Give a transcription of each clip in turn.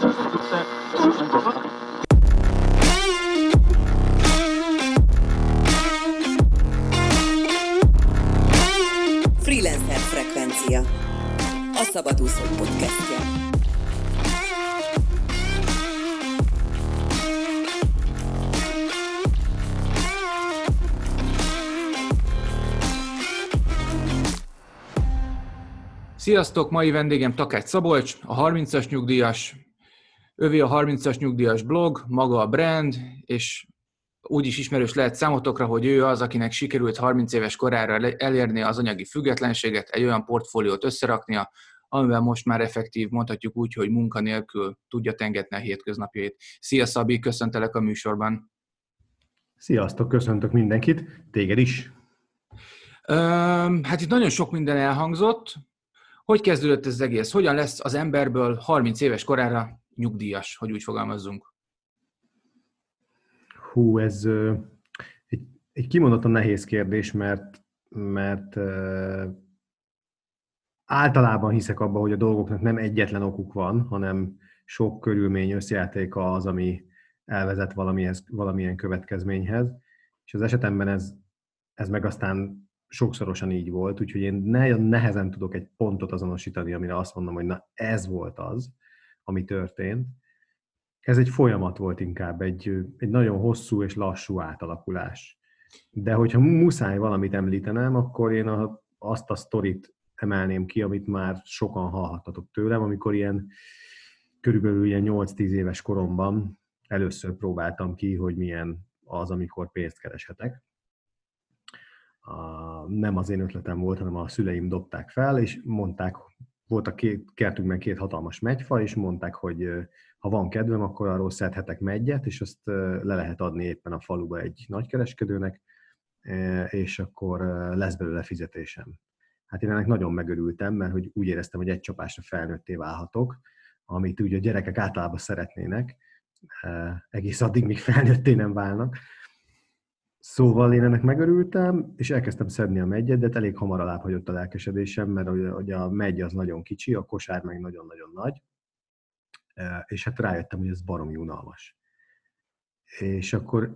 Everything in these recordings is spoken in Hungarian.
Freelancer Frekvencia, a szabadúszók podcastja. Sziasztok! Mai vendégem Takács Szabolcs, a 30-as nyugdíjas, övé a 30-as nyugdíjas blog, maga a brand, és úgy is ismerős lehet számotokra, hogy ő az, akinek sikerült 30 éves korára elérni az anyagi függetlenséget, egy olyan portfóliót összeraknia, amivel most már effektív, mondhatjuk úgy, hogy munkanélkül tudja tengetni a hétköznapjait. Szia Szabi, köszöntelek a műsorban. Sziasztok, köszöntök mindenkit, téged is. Hát itt nagyon sok minden elhangzott. Hogy kezdődött ez az egész? Hogyan lesz az emberből 30 éves korára nyugdíjas, hogy úgy fogalmazzunk? Hú, ez egy kimondottan nehéz kérdés, mert általában hiszek abban, hogy a dolgoknak nem egyetlen okuk van, hanem sok körülmény összejátéka az, ami elvezet valamilyen következményhez. És az esetemben ez meg aztán sokszorosan így volt, úgyhogy én nagyon nehezen tudok egy pontot azonosítani, amire azt mondom, hogy na ez volt az, ami történt. Ez egy folyamat volt inkább, egy nagyon hosszú és lassú átalakulás. De hogyha muszáj valamit említenem, akkor én azt a sztorit emelném ki, amit már sokan hallhattatok tőlem, amikor körülbelül 8-10 éves koromban először próbáltam ki, hogy milyen az, amikor pénzt kereshetek. Nem az én ötletem volt, hanem a szüleim dobták fel, és mondták, kertünkben 2 hatalmas megyfa, és mondták, hogy ha van kedvem, akkor arról szedhetek meggyet, és azt le lehet adni éppen a faluba egy nagykereskedőnek, és akkor lesz belőle fizetésem. Hát én ennek nagyon megörültem, mert hogy úgy éreztem, hogy egy csapásra felnőtté válhatok, amit ugye a gyerekek általában szeretnének, egész addig, míg felnőtté nem válnak. Szóval én ennek megörültem, és elkezdtem szedni a meggyet, de elég hamar alább hagyott a lelkesedésem, mert hogy a megy az nagyon kicsi, a kosár meg nagyon-nagyon nagy, és hát rájöttem, hogy ez baromi unalmas. És akkor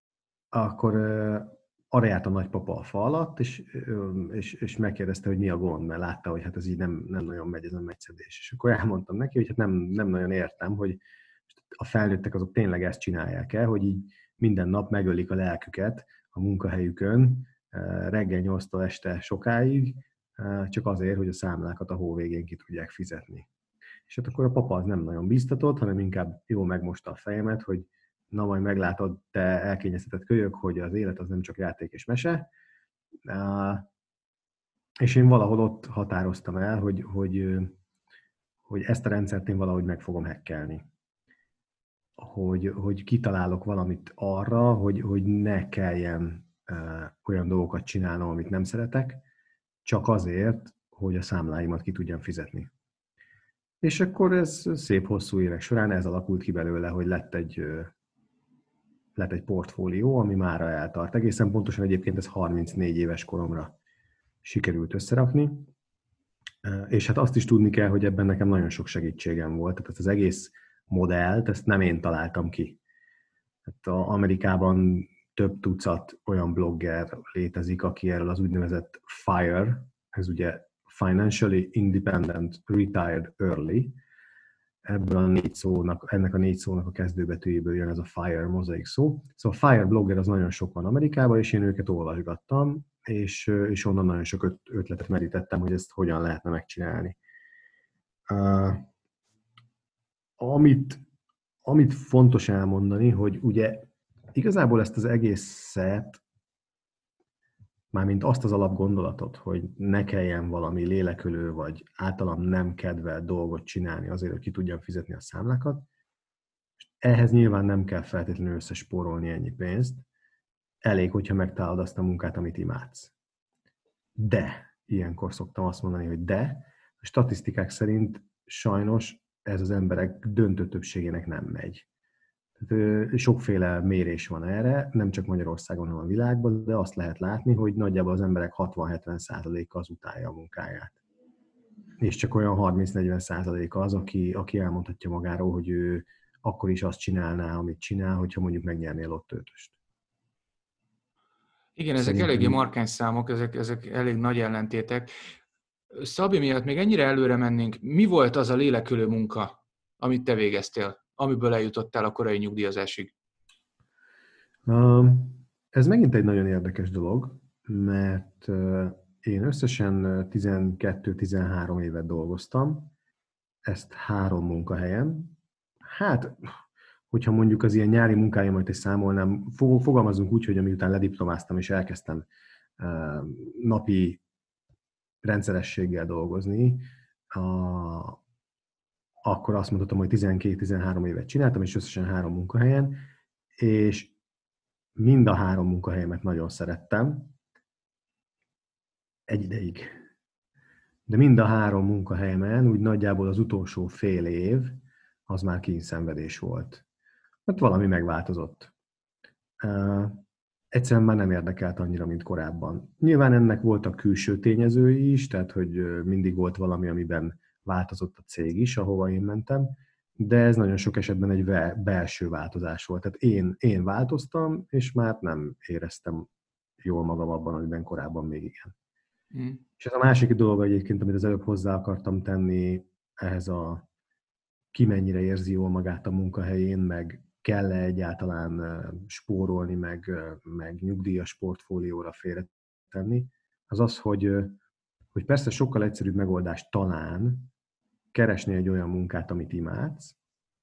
arra járt a nagypapa a fa alatt, és megkérdezte, hogy mi a gond, mert látta, hogy hát ez így nem nagyon megy, ez a megyszedés. És akkor elmondtam neki, hogy hát nem nagyon értem, hogy a felnőttek azok tényleg ezt csinálják-e, hogy így minden nap megölik a lelküket a munkahelyükön, reggel 8-tól este sokáig, csak azért, hogy a számlákat a hó végén ki tudják fizetni. És hát akkor a papa az nem nagyon bíztatott, hanem inkább jól megmosta a fejemet, hogy na majd meglátod, te elkényeztetett kölyök, hogy az élet az nem csak játék és mese. És én valahol ott határoztam el, hogy ezt a rendszert én valahogy meg fogom hekkelni. Hogy kitalálok valamit arra, hogy ne kelljen olyan dolgokat csinálnom, amit nem szeretek, csak azért, hogy a számláimat ki tudjam fizetni. És akkor ez szép hosszú évek során ez alakult ki belőle, hogy lett egy portfólió, ami mára eltart. Egészen pontosan egyébként ez 34 éves koromra sikerült összerakni. És hát azt is tudni kell, hogy ebben nekem nagyon sok segítségem volt. Tehát az egész modellt, ezt nem én találtam ki. Hát Amerikában több tucat olyan blogger létezik, aki erről az úgynevezett FIRE, ez ugye Financially Independent Retired Early, ennek a 4 szónak a kezdőbetűjéből jön ez a FIRE mozaik szó. Szóval a FIRE blogger az nagyon sok van Amerikában, és én őket olvasgattam, és onnan nagyon sok ötletet merítettem, hogy ezt hogyan lehetne megcsinálni. Amit fontos elmondani, hogy ugye igazából ezt az egészet, mármint azt az alapgondolatot, hogy ne kelljen valami lélekölő vagy általam nem kedvelt dolgot csinálni azért, hogy ki tudjam fizetni a számlákat, ehhez nyilván nem kell feltétlenül összespórolni ennyi pénzt, elég, hogyha megtalálod azt a munkát, amit imádsz. De, ilyenkor szoktam azt mondani, hogy de, a statisztikák szerint sajnos ez az emberek döntő többségének nem megy. Tehát, sokféle mérés van erre, nem csak Magyarországon, hanem a világban, de azt lehet látni, hogy nagyjából az emberek 60-70%-a az utálja a munkáját. és csak olyan 30-40% az, aki elmondhatja magáról, hogy ő akkor is azt csinálná, amit csinál, hogyha mondjuk megnyerné a lottóötöst. Igen, ezek eléggé markáns számok, ezek elég nagy ellentétek. Szabi miatt még ennyire előre mennénk, mi volt az a lélekülő munka, amit te végeztél, amiből eljutottál a korai nyugdíjazásig? Ez megint egy nagyon érdekes dolog, mert én összesen 12-13 évet dolgoztam, ezt 3 munkahelyen. Hát, hogyha mondjuk az ilyen nyári munkáimat is számolnám, fogalmazunk úgy, hogy amiután lediplomáztam és elkezdtem napi rendszerességgel dolgozni, akkor azt mondhatom, hogy 12-13 évet csináltam, és összesen 3 munkahelyen, és mind a 3 munkahelyemet nagyon szerettem, egy ideig. De mind a 3 munkahelyemen úgy nagyjából az utolsó fél év az már kényszenvedés volt. Mert valami megváltozott. Egyszerűen már nem érdekelt annyira, mint korábban. Nyilván ennek voltak külső tényezői is, tehát hogy mindig volt valami, amiben változott a cég is, ahova én mentem, de ez nagyon sok esetben egy belső változás volt. Tehát én változtam, és már nem éreztem jól magam abban, amiben korábban még igen. És ez a másik dolog egyébként, amit az előbb hozzá akartam tenni ehhez a ki mennyire érzi jól magát a munkahelyén, meg kell-e egyáltalán spórolni, meg nyugdíjas portfólióra félretenni, az az, hogy persze sokkal egyszerűbb megoldás talán keresni egy olyan munkát, amit imádsz,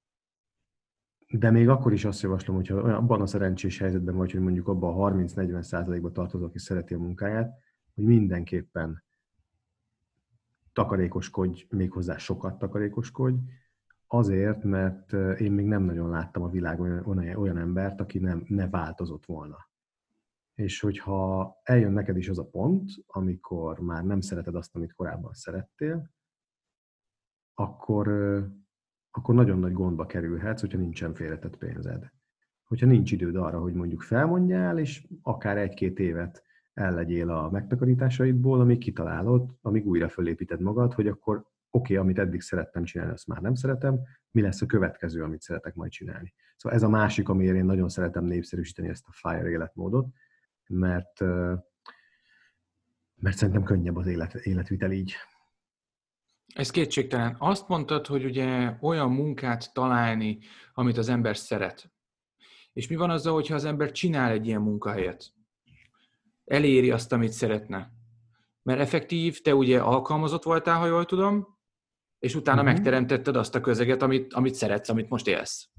de még akkor is azt javaslom, hogyha abban a szerencsés helyzetben vagy, hogy mondjuk abban a 30-40%-ba tartozol, aki szereti a munkáját, hogy mindenképpen takarékoskodj, méghozzá sokat takarékoskodj, azért, mert én még nem nagyon láttam a világon olyan embert, aki ne változott volna. És hogyha eljön neked is az a pont, amikor már nem szereted azt, amit korábban szerettél, akkor nagyon nagy gondba kerülhetsz, hogyha nincsen félretett pénzed. Hogyha nincs időd arra, hogy mondjuk felmondjál, és akár 1-2 évet ellegyél a megtakarításaidból, amíg kitalálod, amíg újra fölépíted magad, hogy akkor oké, amit eddig szerettem csinálni, azt már nem szeretem, mi lesz a következő, amit szeretek majd csinálni. Szóval ez a másik, amiért én nagyon szeretem népszerűsíteni ezt a FIRE életmódot, mert szerintem könnyebb az életvitel így. Ez kétségtelen. Azt mondtad, hogy ugye olyan munkát találni, amit az ember szeret. És mi van azzal, hogyha az ember csinál egy ilyen munkahelyet? Eléri azt, amit szeretne. Mert effektív, te ugye alkalmazott voltál, ha jól tudom, és utána megteremtetted azt a közeget, amit szeretsz, amit most élsz.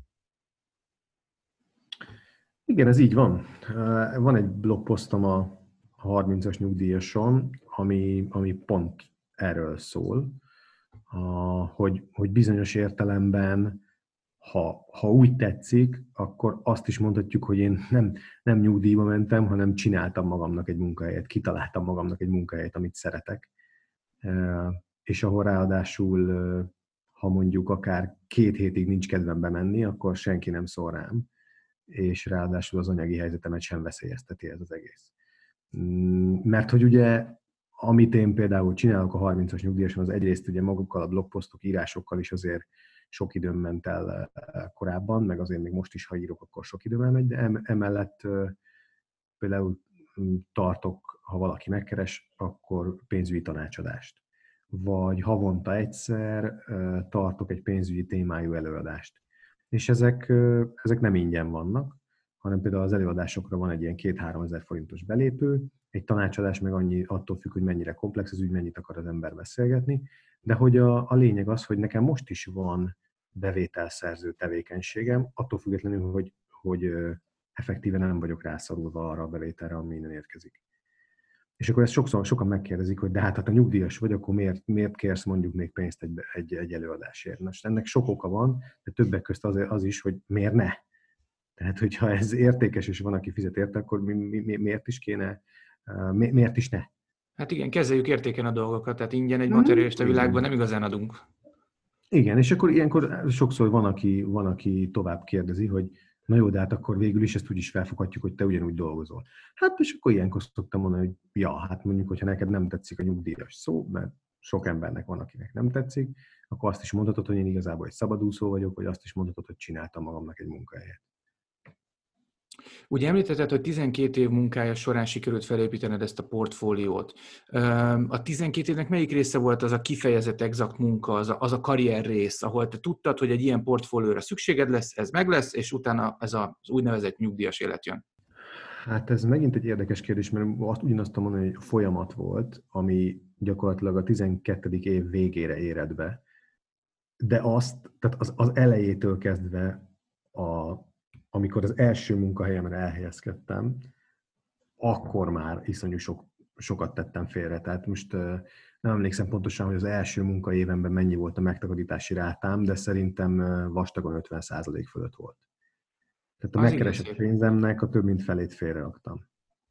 Igen, ez így van. Van egy blogposztom a 30-as nyugdíjason, ami pont erről szól, hogy bizonyos értelemben, ha úgy tetszik, akkor azt is mondhatjuk, hogy én nem nyugdíjba mentem, hanem csináltam magamnak egy munkahelyet, kitaláltam magamnak egy munkahelyet, amit szeretek. És ahol ráadásul, ha mondjuk akár 2 hétig nincs kedvem bemenni, akkor senki nem szól rám, és ráadásul az anyagi helyzetemet sem veszélyezteti ez az egész. Mert hogy ugye, amit én például csinálok a 30-as nyugdíjason, az egyrészt ugye magukkal a blogposztok, írásokkal is azért sok időm ment el korábban, meg azért még most is, ha írok, akkor sok időm elmegy, de emellett például tartok, ha valaki megkeres, akkor pénzügyi tanácsadást. Vagy havonta egyszer tartok egy pénzügyi témájú előadást. És ezek nem ingyen vannak, hanem például az előadásokra van egy ilyen 2-3 ezer forintos belépő, egy tanácsadás meg annyi attól függ, hogy mennyire komplex az ügy, mennyit akar az ember beszélgetni, de hogy a lényeg az, hogy nekem most is van bevételszerző tevékenységem, attól függetlenül, hogy effektíven nem vagyok rászorulva arra a bevételre, ami innen érkezik. És akkor ezt sokan megkérdezik, hogy de hát ha nyugdíjas vagy, akkor miért kérsz mondjuk még pénzt egy előadásért? Most ennek sok oka van, de többek közt az is, hogy miért ne? Tehát, hogyha ez értékes, és van, aki fizet érte, akkor miért is kéne, miért is ne? Hát igen, kezeljük értéken a dolgokat, tehát ingyen egy materialista világban nem igazán adunk. Igen, és akkor ilyenkor sokszor van, aki tovább kérdezi, hogy na jó, de hát akkor végül is ezt úgy is felfoghatjuk, hogy te ugyanúgy dolgozol. Hát és akkor ilyenkor szoktam mondani, hogy ja, hát mondjuk, hogyha neked nem tetszik a nyugdíjas szó, mert sok embernek van, akinek nem tetszik, akkor azt is mondhatod, hogy én igazából egy szabadúszó vagyok, vagy azt is mondhatod, hogy csináltam magamnak egy munkahelyet. Ugye említetted, hogy 12 év munkája során sikerült felépítened ezt a portfóliót. A 12 évnek melyik része volt az a kifejezett exakt munka, az a karrier rész, ahol te tudtad, hogy egy ilyen portfólióra szükséged lesz, ez meg lesz, és utána ez az úgynevezett nyugdíjas élet jön? Hát ez megint egy érdekes kérdés, mert ugyanazt mondani, hogy folyamat volt, ami gyakorlatilag a 12. év végére éred be, de tehát az elejétől kezdve, amikor az első munkahelyemre elhelyezkedtem, akkor már iszonyú sokat tettem félre. Tehát most nem emlékszem pontosan, hogy az első munkaévemben mennyi volt a megtakarítási rátám, de szerintem vastagon 50% fölött volt. Tehát a megkeresett pénzemnek a több mint felét félreraktam.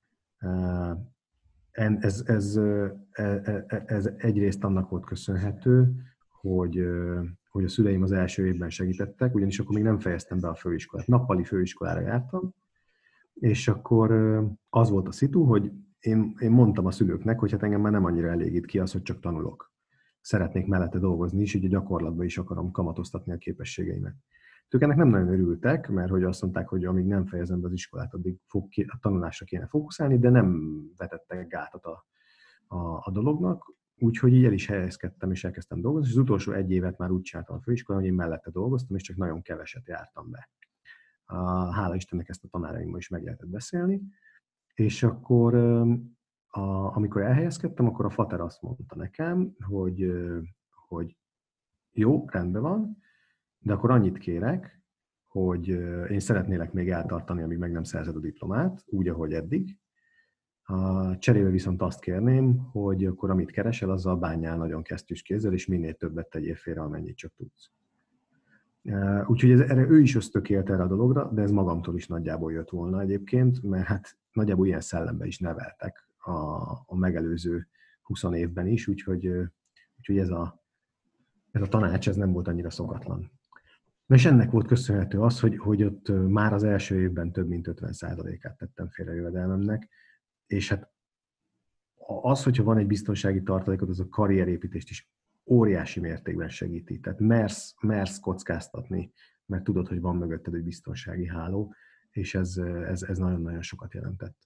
Ez egyrészt annak volt köszönhető, hogy a szüleim az első évben segítettek, ugyanis akkor még nem fejeztem be a főiskolát. Nappali főiskolára jártam, és akkor az volt a szitu, hogy én mondtam a szülőknek, hogy hát engem már nem annyira elégít ki az, hogy csak tanulok. Szeretnék mellette dolgozni is, így a gyakorlatban is akarom kamatoztatni a képességeimet. Ők ennek nem nagyon örültek, mert hogy azt mondták, hogy amíg nem fejezem be az iskolát, addig a tanulásra kéne fókuszálni, de nem vetettek gátat a dolognak. Úgyhogy így el is helyezkedtem, és elkezdtem dolgozni, és az utolsó egy évet már úgy csináltam a főiskolán, hogy én mellette dolgoztam, és csak nagyon keveset jártam be. Hála Istennek ezt a tanáraimmal is meg lehetett beszélni. És akkor, amikor elhelyezkedtem, akkor a fater azt mondta nekem, hogy jó, rendben van, de akkor annyit kérek, hogy én szeretnélek még eltartani, amíg meg nem szerzed a diplomát, úgy, ahogy eddig. Cserébe viszont azt kérném, hogy akkor amit keresel, azzal bánjál nagyon kesztyűs kézzel, és minél többet tegyél félre, amennyit csak tudsz. Úgyhogy erre ő is ösztökélt erre a dologra, de ez magamtól is nagyjából jött volna egyébként, mert hát nagyjából ilyen szellemben is neveltek a megelőző 20 évben is, úgyhogy ez a tanács ez nem volt annyira szokatlan. És ennek volt köszönhető az, hogy ott már az első évben több mint 50%-át tettem félre jövedelmemnek, és hát az, hogyha van egy biztonsági tartalékod, az a karrierépítést is óriási mértékben segíti. Tehát mersz kockáztatni, mert tudod, hogy van mögötted egy biztonsági háló, és ez nagyon-nagyon sokat jelentett.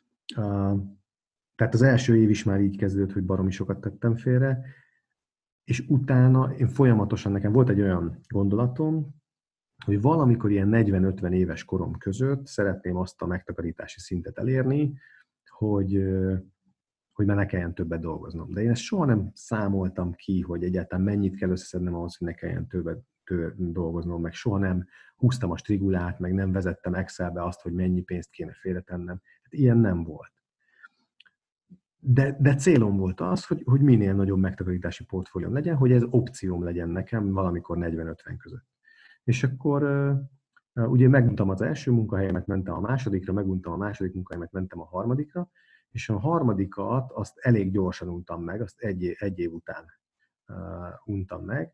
Tehát az első év is már így kezdődött, hogy baromi sokat tettem félre, és utána én folyamatosan, nekem volt egy olyan gondolatom, hogy valamikor ilyen 40-50 éves korom között szeretném azt a megtakarítási szintet elérni, hogy már ne kelljen többet dolgoznom. De én ezt soha nem számoltam ki, hogy egyáltalán mennyit kell összeszednem ahhoz, hogy ne kelljen többet dolgoznom, meg soha nem húztam a strigulát, meg nem vezettem Excelbe azt, hogy mennyi pénzt kéne félretennem. Hát ilyen nem volt. De célom volt az, hogy minél nagyobb megtakarítási portfólióm legyen, hogy ez opcióm legyen nekem valamikor 40-50 között. És akkor ugye meguntam az első munkahelyemet, mentem a másodikra, meguntam a második munkahelyemet, mentem a harmadikra, és a harmadikat azt elég gyorsan untam meg, azt egy év után untam meg.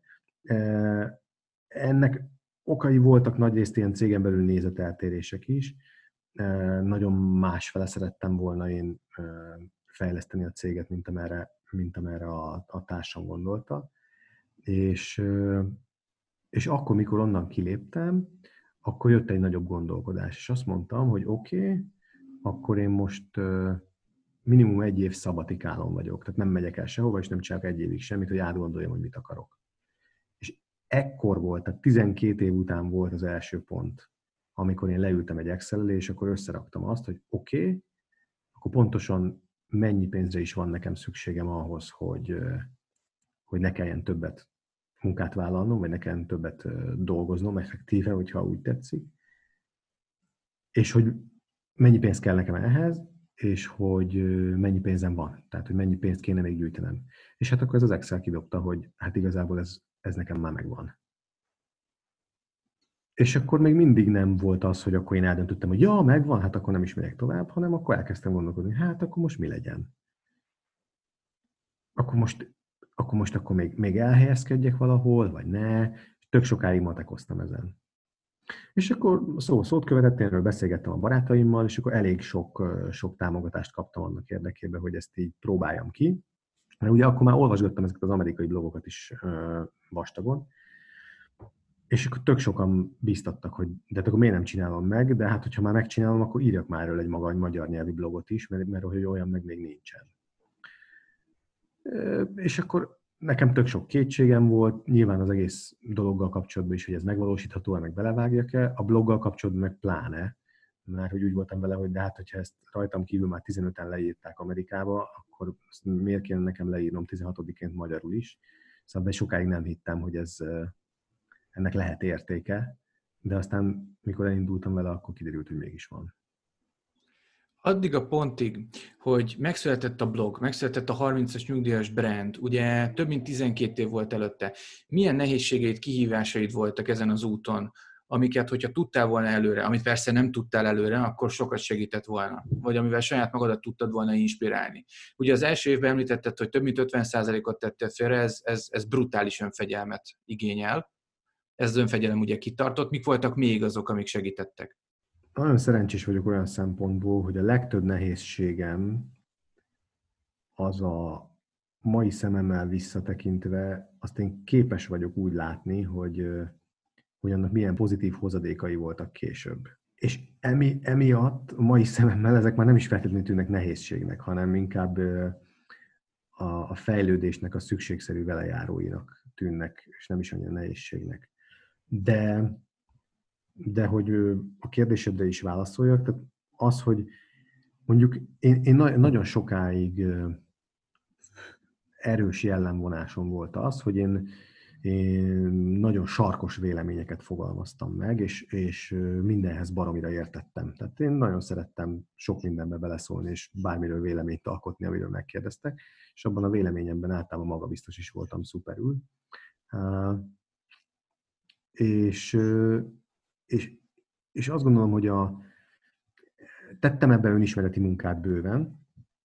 Ennek okai voltak nagyrészt ilyen cégen belül nézeteltérések is. Nagyon másfele szerettem volna én fejleszteni a céget, mint amerre a társam gondolta. És akkor, mikor onnan kiléptem, akkor jött egy nagyobb gondolkodás, és azt mondtam, hogy oké, akkor én most minimum egy év szabatikálon vagyok, tehát nem megyek el sehova, és nem csinálok egy évig semmit, hogy átgondoljam, hogy mit akarok. És ekkor volt, tehát 12 év után volt az első pont, amikor én leültem egy Excel-re, és akkor összeraktam azt, hogy oké, akkor pontosan mennyi pénzre is van nekem szükségem ahhoz, hogy ne kelljen többet munkát vállalnom, vagy ne kelljen többet dolgoznom effektíve, hogyha úgy tetszik. És hogy mennyi pénz kell nekem ehhez, és hogy mennyi pénzem van. Tehát, hogy mennyi pénzt kéne még gyűjtenem. És hát akkor ez az Excel kidobta, hogy hát igazából ez nekem már megvan. És akkor még mindig nem volt az, hogy akkor én eldöntöttem, hogy ja, megvan, hát akkor nem is megyek tovább, hanem akkor elkezdtem gondolkodni, hát akkor most mi legyen? Akkor még elhelyezkedjek valahol, vagy ne? Tök sokáig matekoztam ezen. És akkor szót követett, erről beszélgettem a barátaimmal, és akkor elég sok támogatást kaptam annak érdekében, hogy ezt így próbáljam ki. Mert ugye akkor már olvasgattam ezeket az amerikai blogokat is vastagon, és akkor tök sokan bíztattak, hogy de akkor miért nem csinálom meg, de hát hogyha már megcsinálom, akkor írjak már erről egy magyar nyelvi blogot is, mert hogy olyan meg még nincsen. És akkor nekem tök sok kétségem volt, nyilván az egész dologgal kapcsolatban is, hogy ez megvalósítható-e, meg belevágjak-e, a bloggal kapcsolatban meg pláne, mert hogy úgy voltam vele, hogy de hát, hogyha ezt rajtam kívül már 15-en leírták Amerikába, akkor miért kéne nekem leírnom 16-ként magyarul is. Szóval sokáig nem hittem, hogy ennek lehet értéke, de aztán, mikor elindultam vele, akkor kiderült, hogy mégis van. Addig a pontig, hogy megszületett a blog, megszületett a 30-as nyugdíjas brand, ugye több mint 12 év volt előtte. Milyen nehézségeid, kihívásaid voltak ezen az úton, amiket, hogyha tudtál volna előre, amit persze nem tudtál előre, akkor sokat segített volna, vagy amivel saját magadat tudtad volna inspirálni. Ugye az első évben említetted, hogy több mint 50%-ot tettél félre, ez brutális önfegyelmet igényel. Ez az önfegyelem ugye kitartott. Mik voltak még azok, amik segítettek? Nagyon szerencsés vagyok olyan szempontból, hogy a legtöbb nehézségem az a mai szememmel visszatekintve, azt én képes vagyok úgy látni, hogy annak milyen pozitív hozadékai voltak később. És emiatt a mai szememmel ezek már nem is feltétlenül tűnnek nehézségnek, hanem inkább a fejlődésnek a szükségszerű velejáróinak tűnnek, és nem is annyira nehézségnek. De hogy a kérdésedre is válaszoljak, tehát az, hogy mondjuk én nagyon sokáig erős jellemvonásom volt az, hogy én nagyon sarkos véleményeket fogalmaztam meg, és mindenhez baromira értettem. Tehát én nagyon szerettem sok mindenbe beleszólni, és bármiről véleményt alkotni, amiről megkérdeztek, és abban a véleményemben általában magabiztos is voltam szuperül. És azt gondolom, hogy tettem ebben önismereti munkát bőven,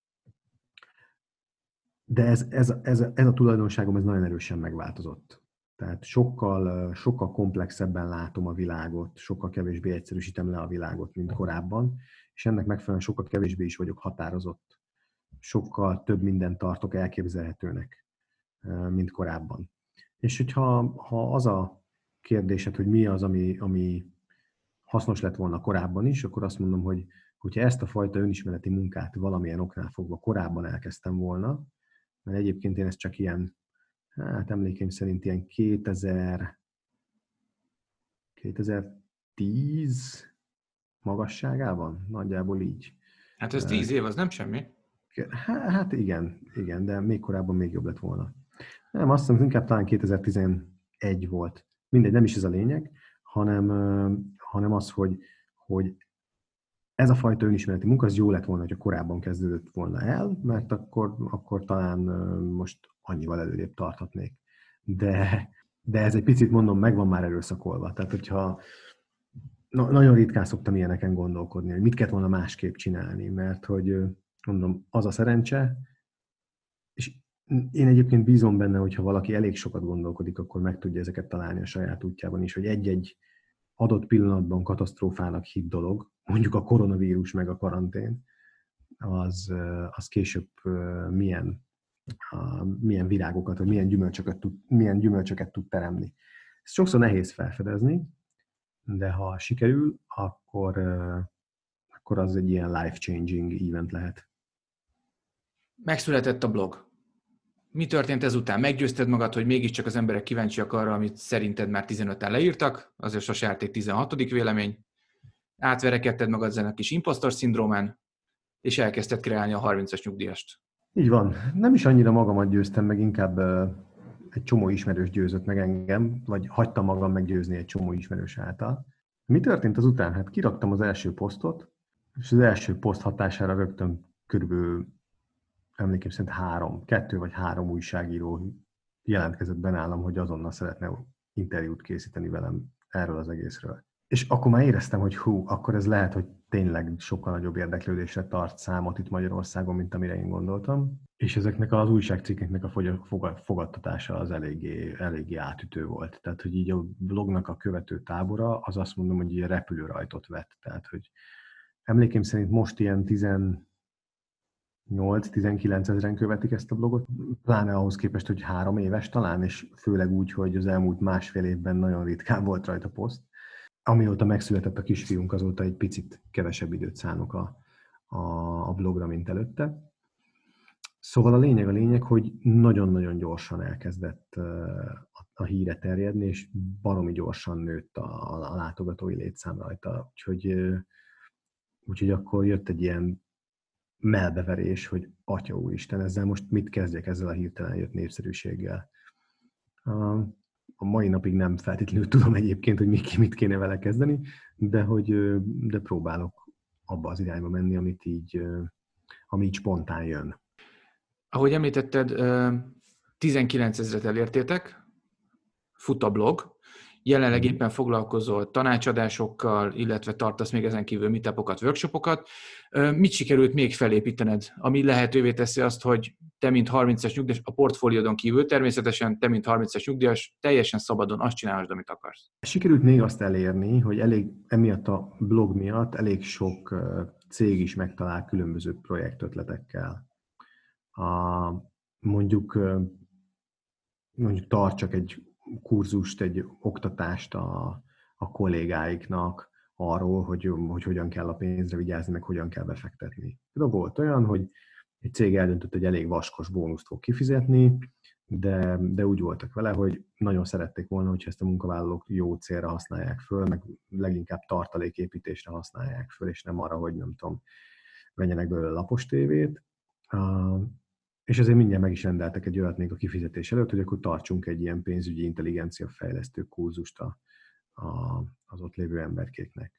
de ez a tulajdonságom ez nagyon erősen megváltozott. Tehát sokkal komplexebben látom a világot, sokkal kevésbé egyszerűsítem le a világot, mint korábban, és ennek megfelelően sokkal kevésbé is vagyok határozott. Sokkal több mindent tartok elképzelhetőnek, mint korábban. És hogyha az a kérdésed, hogy mi az, ami hasznos lett volna korábban is, akkor azt mondom, hogy hogyha ezt a fajta önismereti munkát valamilyen oknál fogva korábban elkezdtem volna, mert egyébként én ezt csak ilyen, hát emlékeim szerint ilyen 2010 magasságában, nagyjából így. Hát ez 10 év, az nem semmi. Hát igen, de még korábban még jobb lett volna. Nem, azt hiszem, inkább talán 2011 volt. Mindegy, nem is ez a lényeg, hanem az, hogy ez a fajta önismereti munka, az jó lett volna, hogyha korábban kezdődött volna el, mert akkor talán most annyival előrébb tarthatnék. De ez egy picit, mondom, meg van már erőszakolva. Tehát, hogyha nagyon ritkán szoktam ilyeneken gondolkodni, hogy mit kellett volna másképp csinálni, mert hogy mondom, az a szerencse, és én egyébként bízom benne, hogyha valaki elég sokat gondolkodik, akkor meg tudja ezeket találni a saját útjában is, hogy egy-egy adott pillanatban katasztrófának hitt dolog, mondjuk a koronavírus meg a karantén, az később milyen virágokat, vagy milyen gyümölcsöket tud teremni. Ez sokszor nehéz felfedezni, de ha sikerül, akkor az egy ilyen life-changing event lehet. Megszületett a blog. Mi történt ezután? Meggyőzted magad, hogy mégiscsak az emberek kíváncsiak arra, amit szerinted már 15-en leírtak, azért sose járt egy 16. vélemény. Átverekedted magad ezen a kis impostor szindrómán, és elkezdted kreálni a 30-as nyugdíjast. Így van. Nem is annyira magamat győztem meg, inkább egy csomó ismerős győzött meg engem, vagy hagytam magam meggyőzni egy csomó ismerős által. Mi történt azután? Hát kiraktam az első posztot, és az első poszt hatására rögtön körülbelül emlékeim szerint 2 vagy 3 újságíró jelentkezett be nálam, hogy azonnal szeretne interjút készíteni velem erről az egészről. És akkor már éreztem, hogy akkor ez lehet, hogy tényleg sokkal nagyobb érdeklődésre tart számot itt Magyarországon, mint amire én gondoltam. És ezeknek az újságcikkeknek a fogadtatása az eléggé átütő volt. Tehát, hogy így a blognak a követő tábora, az azt mondom, hogy ilyen repülőrajtot vett. Tehát, hogy emlékeim szerint most ilyen 8-19 ezeren követik ezt a blogot, pláne ahhoz képest, hogy 3 éves talán, és főleg úgy, hogy az elmúlt másfél évben nagyon ritkán volt rajta poszt. Amióta megszületett a kisfiunk, azóta egy picit kevesebb időt szánok a blogra, mint előtte. Szóval a lényeg, hogy nagyon-nagyon gyorsan elkezdett a híre terjedni, és baromi gyorsan nőtt a látogatói létszám rajta. Úgyhogy akkor jött egy ilyen mellbeverés, hogy Atya Úristen, ezzel most mit kezdjek ezzel a hirtelen jött népszerűséggel. A mai napig nem feltétlenül tudom egyébként, hogy mit kéne vele kezdeni, de próbálok abba az irányba menni, ami így spontán jön. Ahogy említetted, 19 000-et elértétek, fut a blog, jelenleg éppen foglalkozol tanácsadásokkal, illetve tartasz még ezen kívül meetupokat, workshopokat. Mit sikerült még felépítened, ami lehetővé teszi azt, hogy te, mint 30-as nyugdíjas, a portfóliódon kívül természetesen te, mint 30-as nyugdíjas, teljesen szabadon azt csinálod, amit akarsz? Sikerült még azt elérni, hogy emiatt a blog miatt elég sok cég is megtalál különböző projektötletekkel. Mondjuk tartsak egy kurzust, egy oktatást a kollégáiknak arról, hogy hogyan kell a pénzre vigyázni, meg hogyan kell befektetni. De volt olyan, hogy egy cég eldöntött, hogy elég vaskos bónuszt fog kifizetni, de úgy voltak vele, hogy nagyon szerették volna, hogyha ezt a munkavállalók jó célra használják föl, meg leginkább tartaléképítésre használják föl, és nem arra, hogy nem tudom, vegyenek belőle lapos tévét. És ezért mindjárt meg is rendeltek egy olyat még a kifizetés előtt, hogy akkor tartsunk egy ilyen pénzügyi intelligencia fejlesztő kurzust az ott lévő emberkéknek.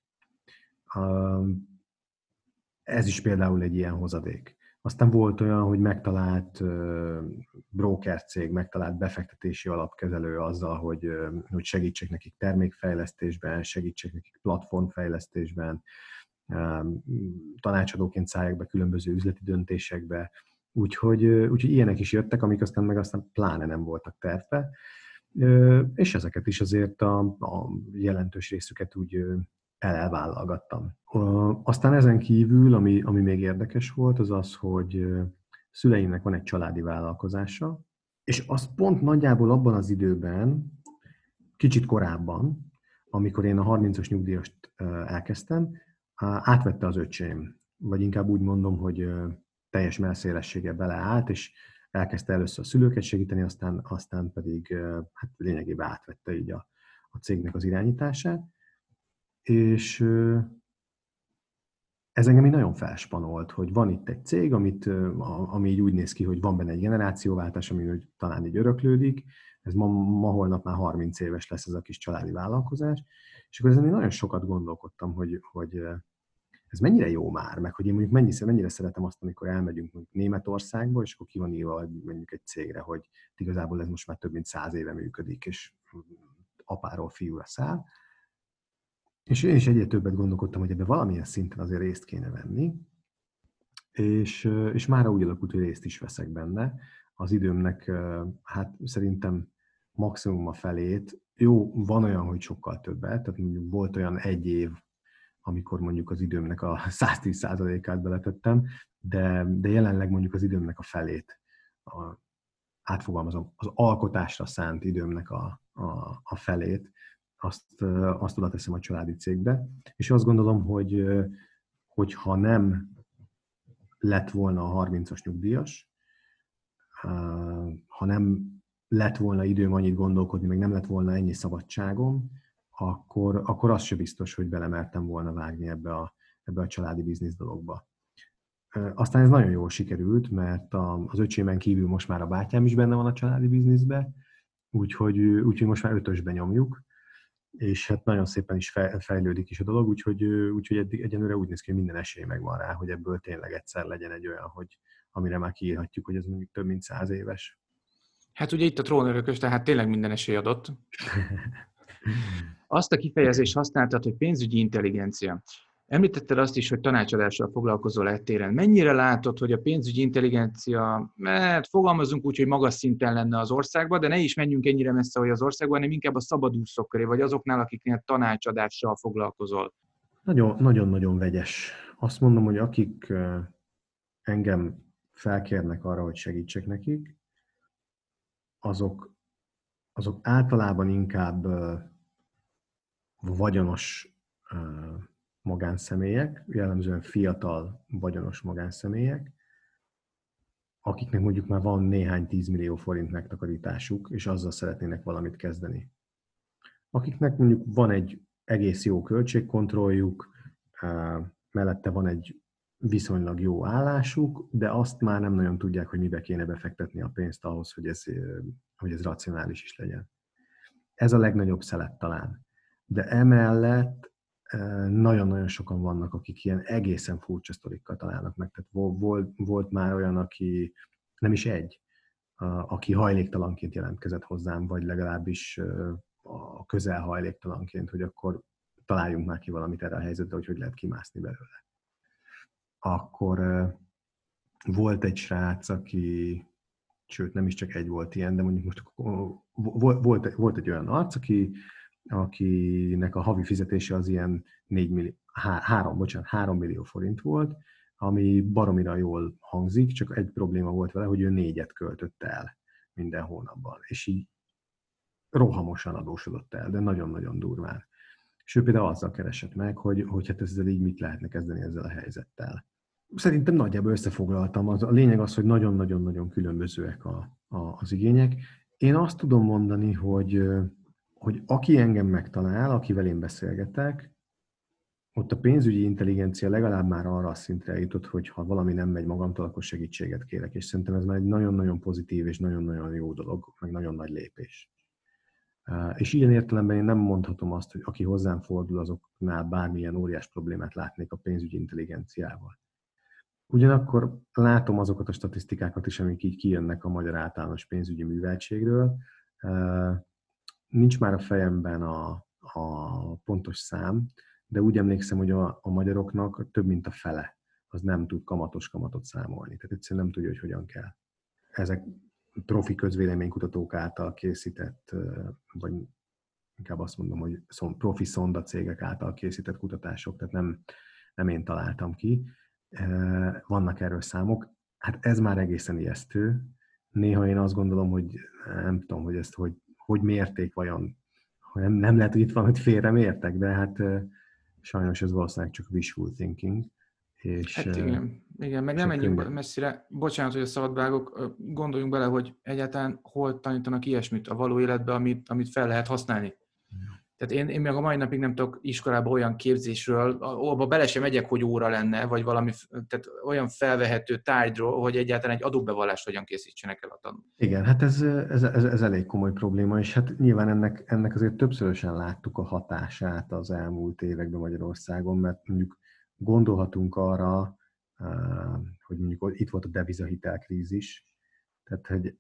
Ez is például egy ilyen hozadék. Aztán volt olyan, hogy megtalált broker cég, megtalált befektetési alapkezelő azzal, hogy segítsek nekik termékfejlesztésben, segítsek nekik platformfejlesztésben, tanácsadóként szállják be különböző üzleti döntésekbe. Úgyhogy ilyenek is jöttek, amik aztán pláne nem voltak tervbe, és ezeket is azért a jelentős részüket úgy elvállalgattam. Aztán ezen kívül, ami még érdekes volt, az az, hogy szüleimnek van egy családi vállalkozása, és az pont nagyjából abban az időben, kicsit korábban, amikor én a 30-as nyugdíjast elkezdtem, átvette az öcsém, vagy inkább úgy mondom, hogy teljes mellszélességgel beleállt, és elkezdte először a szülőket segíteni, aztán pedig hát lényegében átvette így a cégnek az irányítását. És ez engem így nagyon felspanolt, hogy van itt egy cég, ami így úgy néz ki, hogy van benne egy generációváltás, ami talán így öröklődik. Ez ma-holnap már 30 éves lesz ez a kis családi vállalkozás. És akkor ezen én nagyon sokat gondolkodtam, hogy ez mennyire jó már, meg hogy én mondjuk mennyire szeretem azt, amikor elmegyünk mondjuk Németországba, és akkor ki van írva mondjuk egy cégre, hogy igazából ez most már több mint 100 éve működik, és apáról fiúra száll. És én is egyre többet gondolkodtam, hogy ebben valamilyen szinten azért részt kéne venni, és mára úgy alakult, hogy részt is veszek benne. Az időmnek hát szerintem maximum a felét. Jó, van olyan, hogy sokkal többet, tehát mondjuk volt olyan egy év, amikor mondjuk az időmnek a 110%-át beletettem, de jelenleg mondjuk az időmnek a felét, átfogalmazom, az alkotásra szánt időmnek a felét, azt oda teszem a családi cégbe, és azt gondolom, hogy ha nem lett volna a 30-as nyugdíjas, ha nem lett volna időm annyit gondolkodni, meg nem lett volna ennyi szabadságom, akkor az se biztos, hogy belemertem volna vágni ebbe a családi biznisz dologba. Aztán ez nagyon jól sikerült, mert az öcsémen kívül most már a bátyám is benne van a családi bizniszbe, úgyhogy most már 5-ösbe nyomjuk, és hát nagyon szépen is fejlődik is a dolog, úgyhogy egyenlőre úgy néz ki, hogy minden esély megvan rá, hogy ebből tényleg egyszer legyen egy olyan, amire már kiírhatjuk, hogy ez mondjuk több mint 100 éves. Hát ugye itt a trónörökös, tehát tényleg minden esély adott. Azt a kifejezést használtad, hogy pénzügyi intelligencia. Említetted azt is, hogy tanácsadással foglalkozol ettéren. Mennyire látod, hogy a pénzügyi intelligencia, mert fogalmazunk úgy, hogy magas szinten lenne az országban, de ne is menjünk ennyire messze, hogy az országban, hanem inkább a szabadúszók köré, vagy azoknál, akiknél tanácsadással foglalkozol? Nagyon-nagyon vegyes. Azt mondom, hogy akik engem felkérnek arra, hogy segítsek nekik, azok általában inkább vagyonos magánszemélyek, jellemzően fiatal vagyonos magánszemélyek, akiknek mondjuk már van néhány 10 millió forint megtakarításuk, és azzal szeretnének valamit kezdeni. Akiknek mondjuk van egy egész jó költségkontrolljuk, mellette van egy viszonylag jó állásuk, de azt már nem nagyon tudják, hogy mibe kéne befektetni a pénzt ahhoz, hogy ez racionális is legyen. Ez a legnagyobb szelet talán. De emellett nagyon-nagyon sokan vannak, akik ilyen egészen furcsa sztorikkal találnak meg. Tehát volt már olyan, aki nem is egy, aki hajléktalanként jelentkezett hozzám, vagy legalábbis a közel hajléktalanként, hogy akkor találjunk már ki valamit erre a helyzetre, hogy lehet kimászni belőle. Akkor volt egy srác, sőt nem is csak egy volt ilyen, de mondjuk most volt egy olyan arc, akinek a havi fizetése az ilyen 3 millió forint volt, ami baromira jól hangzik, csak egy probléma volt vele, hogy ő 4 költött el minden hónapban, és így rohamosan adósodott el, de nagyon-nagyon durván. És ő például azzal keresett meg, hogy hát ezzel így mit lehetne kezdeni ezzel a helyzettel. Szerintem nagyjából összefoglaltam. A lényeg az, hogy nagyon-nagyon-nagyon különbözőek az igények. Én azt tudom mondani, hogy aki engem megtalál, akivel én beszélgetek, ott a pénzügyi intelligencia legalább már arra a szintre jutott, hogy ha valami nem megy magamtól, akkor segítséget kérek. És szerintem ez már egy nagyon-nagyon pozitív és nagyon-nagyon jó dolog, meg nagyon nagy lépés. És ilyen értelemben én nem mondhatom azt, hogy aki hozzám fordul, azoknál bármilyen óriás problémát látnék a pénzügyi intelligenciával. Ugyanakkor látom azokat a statisztikákat is, amik így kijönnek a magyar általános pénzügyi műveltségről. Nincs már a fejemben a pontos szám, de úgy emlékszem, hogy a magyaroknak több mint a fele az nem tud kamatot számolni. Tehát egyszerűen nem tudja, hogy hogyan kell. Ezek profi közvéleménykutatók által készített, vagy inkább azt mondom, hogy profi szondacégek által készített kutatások, tehát nem én találtam ki. Vannak erről számok. Hát ez már egészen ijesztő. Néha én azt gondolom, hogy nem tudom, hogy ezt hogy mérték vajon. Nem lehet, hogy itt van, hogy félre mértek, de hát sajnos ez valószínűleg csak wishful thinking. És, hát igen, meg nem menjünk messzire. Bocsánat, hogy a szabadvágok, gondoljunk bele, hogy egyáltalán hol tanítanak ilyesmit a való életben, amit fel lehet használni. Tehát én meg a mai napig nem tudok iskolában olyan képzésről, abba bele sem megyek, hogy óra lenne, vagy valami, tehát olyan felvehető tárgyról, hogy egyáltalán egy adóbevallást hogyan készítsenek el a tanulók. Igen, hát ez elég komoly probléma, és hát nyilván ennek azért többszörösen láttuk a hatását az elmúlt években Magyarországon, mert mondjuk gondolhatunk arra, hogy mondjuk itt volt a devizahitelkrízis, tehát hogy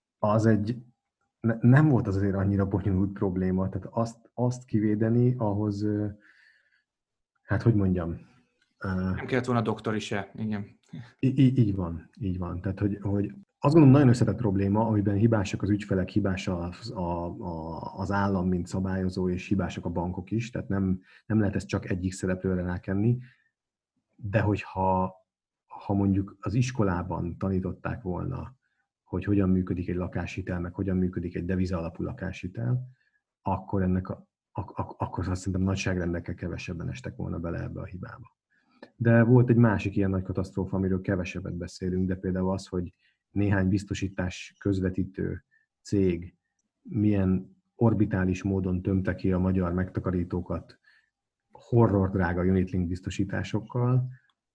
nem volt az azért annyira bonyolult probléma, tehát azt kivédeni, ahhoz, hát hogy mondjam. Nem kellett volna doktori se, igen. Így van. Tehát, hogy azt gondolom nagyon összetett probléma, amiben hibásak az ügyfelek, hibás az állam, mint szabályozó, és hibásak a bankok is, tehát nem lehet ezt csak egyik szereplőre rákenni, de hogyha mondjuk az iskolában tanították volna, hogy hogyan működik egy lakáshitel, meg hogyan működik egy deviza alapú lakáshitel, akkor akkor azt szerintem nagyságrendekkel kevesebben estek volna bele ebbe a hibába. De volt egy másik ilyen nagy katasztrófa, amiről kevesebbet beszélünk, de például az, hogy néhány biztosítás közvetítő cég milyen orbitális módon tömte ki a magyar megtakarítókat horror drága unitlink biztosításokkal,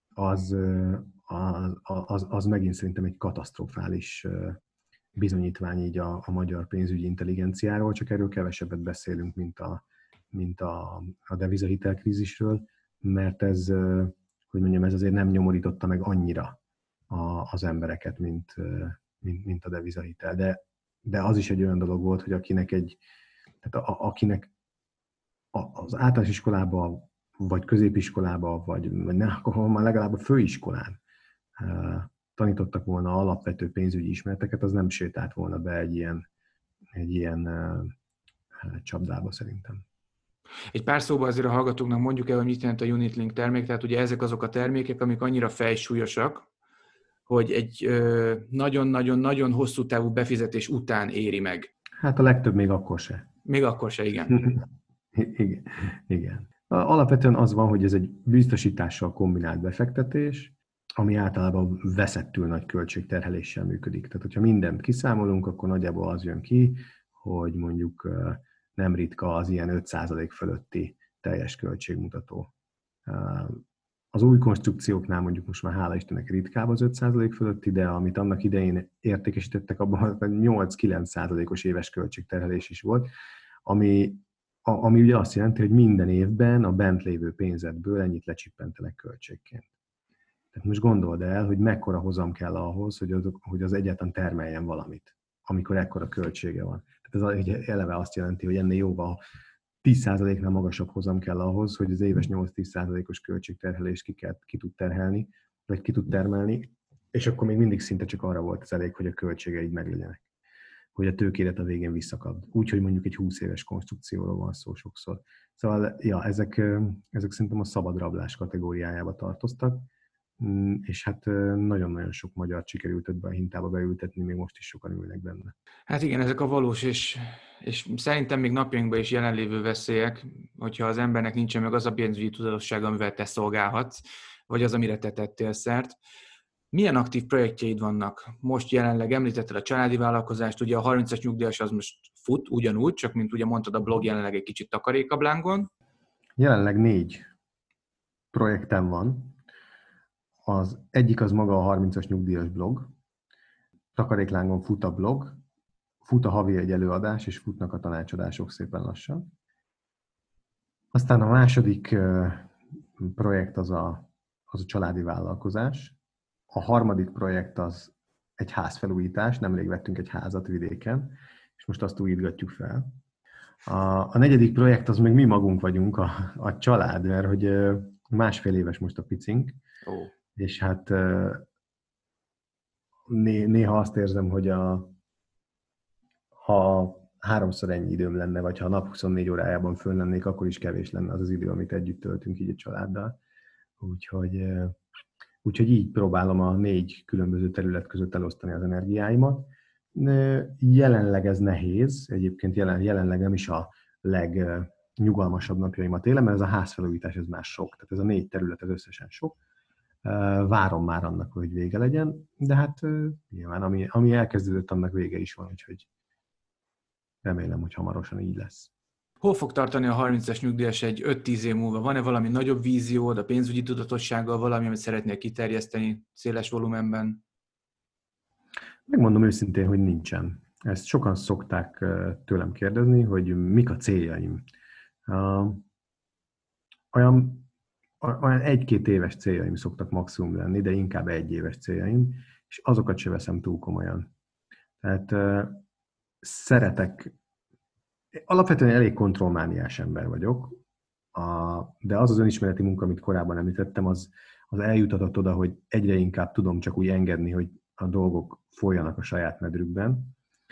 az megint szerintem egy katasztrofális bizonyítvány így a magyar pénzügyi intelligenciáról, csak erről kevesebbet beszélünk, mint a devizahitelkrízisről, mert ez azért nem nyomorította meg annyira az embereket, mint a devizahitel. De az is egy olyan dolog volt, hogy akinek az általános iskolába, vagy középiskolába, vagy nem, akkor már legalább a főiskolán tanítottak volna alapvető pénzügyi ismereteket, az nem sétált volna be egy ilyen csapdába szerintem. Egy pár szóban azért a hallgatóknak mondjuk el, hogy mit jelent a unitlink termék, tehát ugye ezek azok a termékek, amik annyira fejsúlyosak, hogy egy nagyon-nagyon-nagyon hosszú távú befizetés után éri meg. Hát a legtöbb még akkor se. Még akkor se, igen. Igen. Igen. Alapvetően az van, hogy ez egy biztosítással kombinált befektetés, ami általában veszettül nagy költségterheléssel működik. Tehát, hogyha mindent kiszámolunk, akkor nagyjából az jön ki, hogy mondjuk nem ritka az ilyen 5% fölötti teljes költségmutató. Az új konstrukcióknál mondjuk most már hála Istennek ritkább az 5% fölötti, de amit annak idején értékesítettek, abban 8-9%-os éves költségterhelés is volt, ami ugye azt jelenti, hogy minden évben a bent lévő pénzedből ennyit lecsippentenek költségként. Tehát most gondold el, hogy mekkora hozam kell ahhoz, hogy az egyáltalán termeljen valamit, amikor ekkora költsége van. Tehát ez eleve azt jelenti, hogy ennél jóval 10%-nál magasabb hozam kell ahhoz, hogy az éves 8-10%-os költségterhelést ki tud terhelni, vagy ki tud termelni, és akkor még mindig szinte csak arra volt az elég, hogy a költségeid meglegyenek. Hogy a tőkédet a végén visszakapd. Úgyhogy mondjuk egy 20 éves konstrukcióról van szó sokszor. Szóval ja, ezek szerintem a szabad rablás kategóriájába tartoztak, és hát nagyon-nagyon sok magyar sikerült ebbe a hintába beültetni, még most is sokan ülnek benne. Hát igen, ezek a valós, és szerintem még napjainkban is jelenlévő veszélyek, hogyha az embernek nincsen meg az a pénzügyi tudatossága, amivel te szolgálhatsz, vagy az, amire te tettél szert. Milyen aktív projektjeid vannak? Most jelenleg említetted a családi vállalkozást, ugye a 30-as nyugdíjas az most fut ugyanúgy, csak mint ugye mondtad, a blog jelenleg egy kicsit takarékabb lángon. Jelenleg 4 projektem van. Az egyik az maga a 30-as nyugdíjas blog. Takaréklángon fut a blog, fut a havi egy előadás, és futnak a tanácsadások szépen lassan. Aztán a második projekt az a családi vállalkozás. A harmadik projekt az egy házfelújítás, nemrég vettünk egy házat vidéken, és most azt újítgatjuk fel. A negyedik projekt az még mi magunk vagyunk, a család, mert hogy 1,5 éves most a picink, és hát néha azt érzem, hogy ha 3-szor ennyi időm lenne, vagy ha a nap 24 órájában fönn lennék, akkor is kevés lenne az idő, amit együtt töltünk így a családdal. Úgyhogy így próbálom a 4 különböző terület között elosztani az energiáimat. Jelenleg ez nehéz, egyébként jelenleg nem is a legnyugalmasabb napjaimat élem, mert ez a házfelújítás ez már sok, tehát ez a 4 terület ez összesen sok. Várom már annak, hogy vége legyen, de hát nyilván ami elkezdődött, annak vége is van, úgyhogy remélem, hogy hamarosan így lesz. Hol fog tartani a 30-as nyugdíjas egy 5-10 év múlva? Van-e valami nagyobb víziód, a pénzügyi tudatossággal, valami, amit szeretnél kiterjeszteni széles volumenben? Megmondom őszintén, hogy nincsen. Ezt sokan szokták tőlem kérdezni, hogy mik a céljaim. Olyan 1-2 éves céljaim szoktak maximum lenni, de inkább 1 éves céljaim, és azokat se veszem túl komolyan. Tehát alapvetően elég kontrollmániás ember vagyok, de az önismereti munka, amit korábban említettem, az eljutatott oda, hogy egyre inkább tudom csak úgy engedni, hogy a dolgok folyjanak a saját medrükben.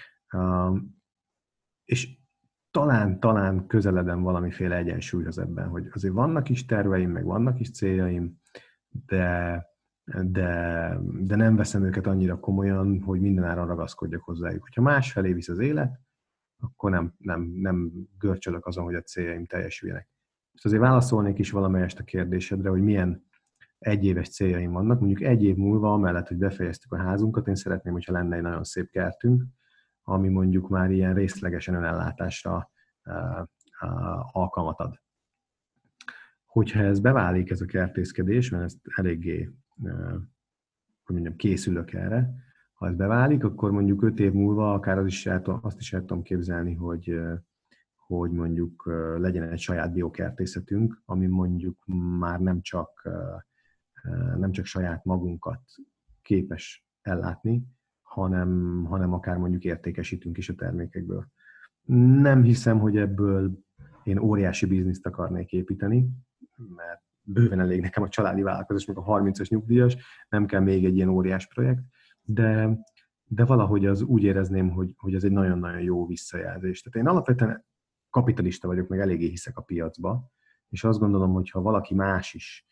És talán közeledem valamiféle egyensúlyhoz ebben, hogy azért vannak is terveim, meg vannak is céljaim, de nem veszem őket annyira komolyan, hogy mindenáron ragaszkodjak hozzájuk. Hogyha másfelé visz az élet, akkor nem görcsölök azon, hogy a céljaim teljesüljenek. Most azért válaszolnék is valamelyest a kérdésedre, hogy milyen egyéves céljaim vannak. Mondjuk 1 év múlva, amellett, hogy befejeztük a házunkat, én szeretném, hogyha lenne egy nagyon szép kertünk, ami mondjuk már ilyen részlegesen önellátásra alkalmat ad. Hogyha ez beválik, ez a kertészkedés, mert ezt eléggé, hogy mondjam, készülök erre, ha ez beválik, akkor mondjuk 5 év múlva akár azt is el tudom képzelni, hogy mondjuk legyen egy saját biokertészetünk, ami mondjuk már nem csak saját magunkat képes ellátni, hanem akár mondjuk értékesítünk is a termékekből. Nem hiszem, hogy ebből én óriási bizniszt akarnék építeni, mert bőven elég nekem a családi vállalkozás, meg a 30-as nyugdíjas, nem kell még egy ilyen óriás projekt, de valahogy az úgy érezném, hogy ez egy nagyon-nagyon jó visszajelzés. Tehát én alapvetően kapitalista vagyok, meg eléggé hiszek a piacba, és azt gondolom, hogy ha valaki más is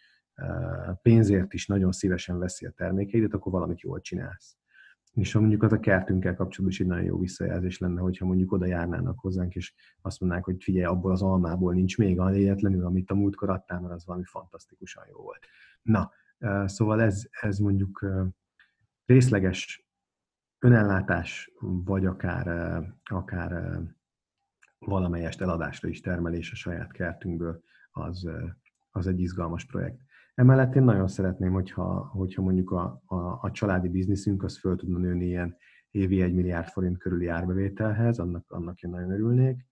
pénzért is nagyon szívesen veszi a termékeidet, akkor valamit jól csinálsz. És ha mondjuk az a kertünkkel kapcsolatban is egy nagyon jó visszajelzés lenne, hogyha mondjuk oda járnának hozzánk, és azt mondanák, hogy figyelj, abból az almából nincs még egyetlenül, amit a múltkor adtál, mert az valami fantasztikusan jó volt. Na, szóval ez mondjuk részleges önellátás, vagy akár valamelyest eladásra is termelés a saját kertünkből, az egy izgalmas projekt. Emellett én nagyon szeretném, hogyha mondjuk a családi bizniszünk az föl tudna nőni ilyen évi 1 milliárd forint körüli árbevételhez, annak én nagyon örülnék.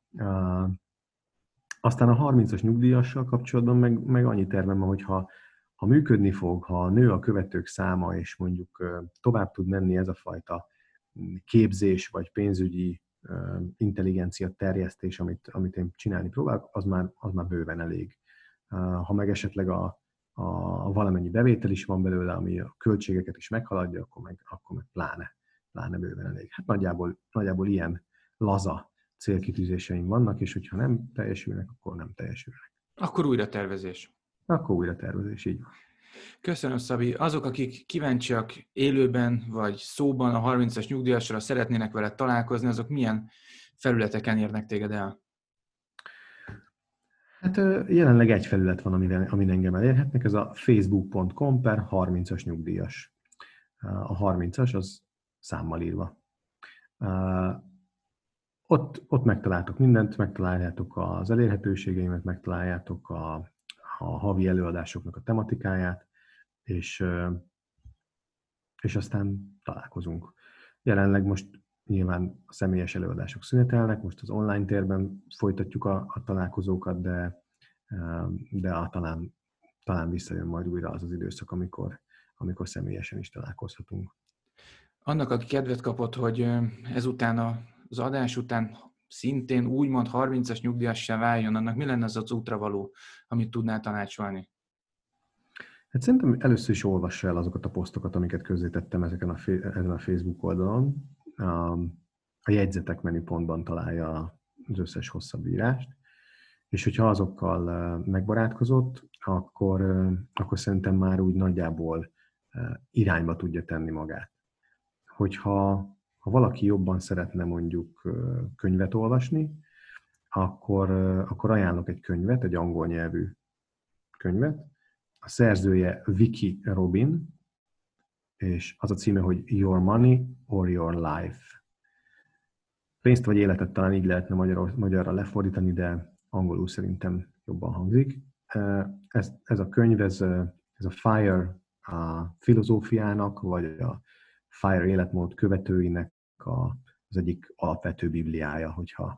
Aztán a 30-as nyugdíjassal kapcsolatban meg annyi tervem van, hogy ha működni fog, ha nő a követők száma, és mondjuk tovább tud menni ez a fajta képzés vagy pénzügyi intelligencia terjesztés, amit én csinálni próbálok, az már bőven elég. Ha meg esetleg a valamennyi bevétel is van belőle, ami a költségeket is meghaladja, akkor meg pláne bőven elég. Hát nagyjából ilyen laza célkitűzéseim vannak, és hogyha nem teljesülnek, akkor nem teljesülnek. Akkor újra tervezés. Így van. Köszönöm, Szabi. Azok, akik kíváncsiak élőben vagy szóban a 30-as nyugdíjasra szeretnének veled találkozni, azok milyen felületeken érnek téged el? Hát jelenleg egy felület van, amin engem elérhetnek, ez a facebook.com/30-as nyugdíjas. A 30-as az számmal írva. Ott megtaláltok mindent, megtaláljátok az elérhetőségeimet, megtaláljátok a havi előadásoknak a tematikáját, és aztán találkozunk. Jelenleg most nyilván a személyes előadások szünetelnek, most az online térben folytatjuk a találkozókat, de talán visszajön majd újra az időszak, amikor személyesen is találkozhatunk. Annak, aki kedvet kapott, hogy ezután az adás után szintén úgymond 30-as nyugdíjassá váljon, annak mi lenne az útravaló, amit tudnál tanácsolni? Hát szerintem először is olvassa el azokat a posztokat, amiket közzétettem ezen a Facebook oldalon. A jegyzetek menüpontban találja az összes hosszabb írást, és hogyha azokkal megbarátkozott, akkor szerintem már úgy nagyjából irányba tudja tenni magát. Hogyha valaki jobban szeretne mondjuk könyvet olvasni, akkor ajánlok egy könyvet, egy angol nyelvű könyvet. A szerzője Vicki Robin, és az a címe, hogy Your Money or Your Life. Pénzt vagy életet talán így lehetne magyarra lefordítani, de angolul szerintem jobban hangzik. Ez a könyv, ez a FIRE filozófiának, vagy a FIRE életmód követőinek az egyik alapvető bibliája,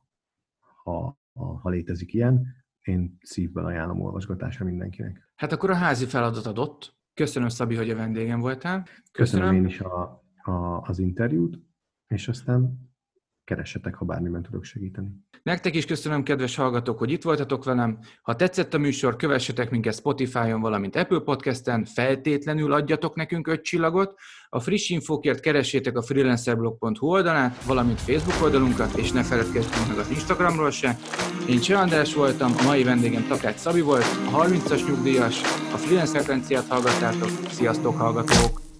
ha létezik ilyen. Én szívből ajánlom olvasgatásra mindenkinek. Hát akkor a házi feladat adott. Köszönöm, Szabi, hogy a vendégem voltál. Köszönöm én is az interjút, és aztán keressetek, ha bármiben tudok segíteni. Nektek is köszönöm, kedves hallgatók, hogy itt voltatok velem. Ha tetszett a műsor, kövessetek minket Spotify-on, valamint Apple Podcasten, feltétlenül adjatok nekünk 5 csillagot. A friss infókért keressétek a freelancerblog.hu oldalát, valamint Facebook oldalunkat, és ne feledkezzünk meg az Instagramról se. Én Cseh András voltam, a mai vendégem Takács Szabi volt, a 30-as nyugdíjas, a Freelance Frekvenciát hallgattátok. Sziasztok, hallgatók!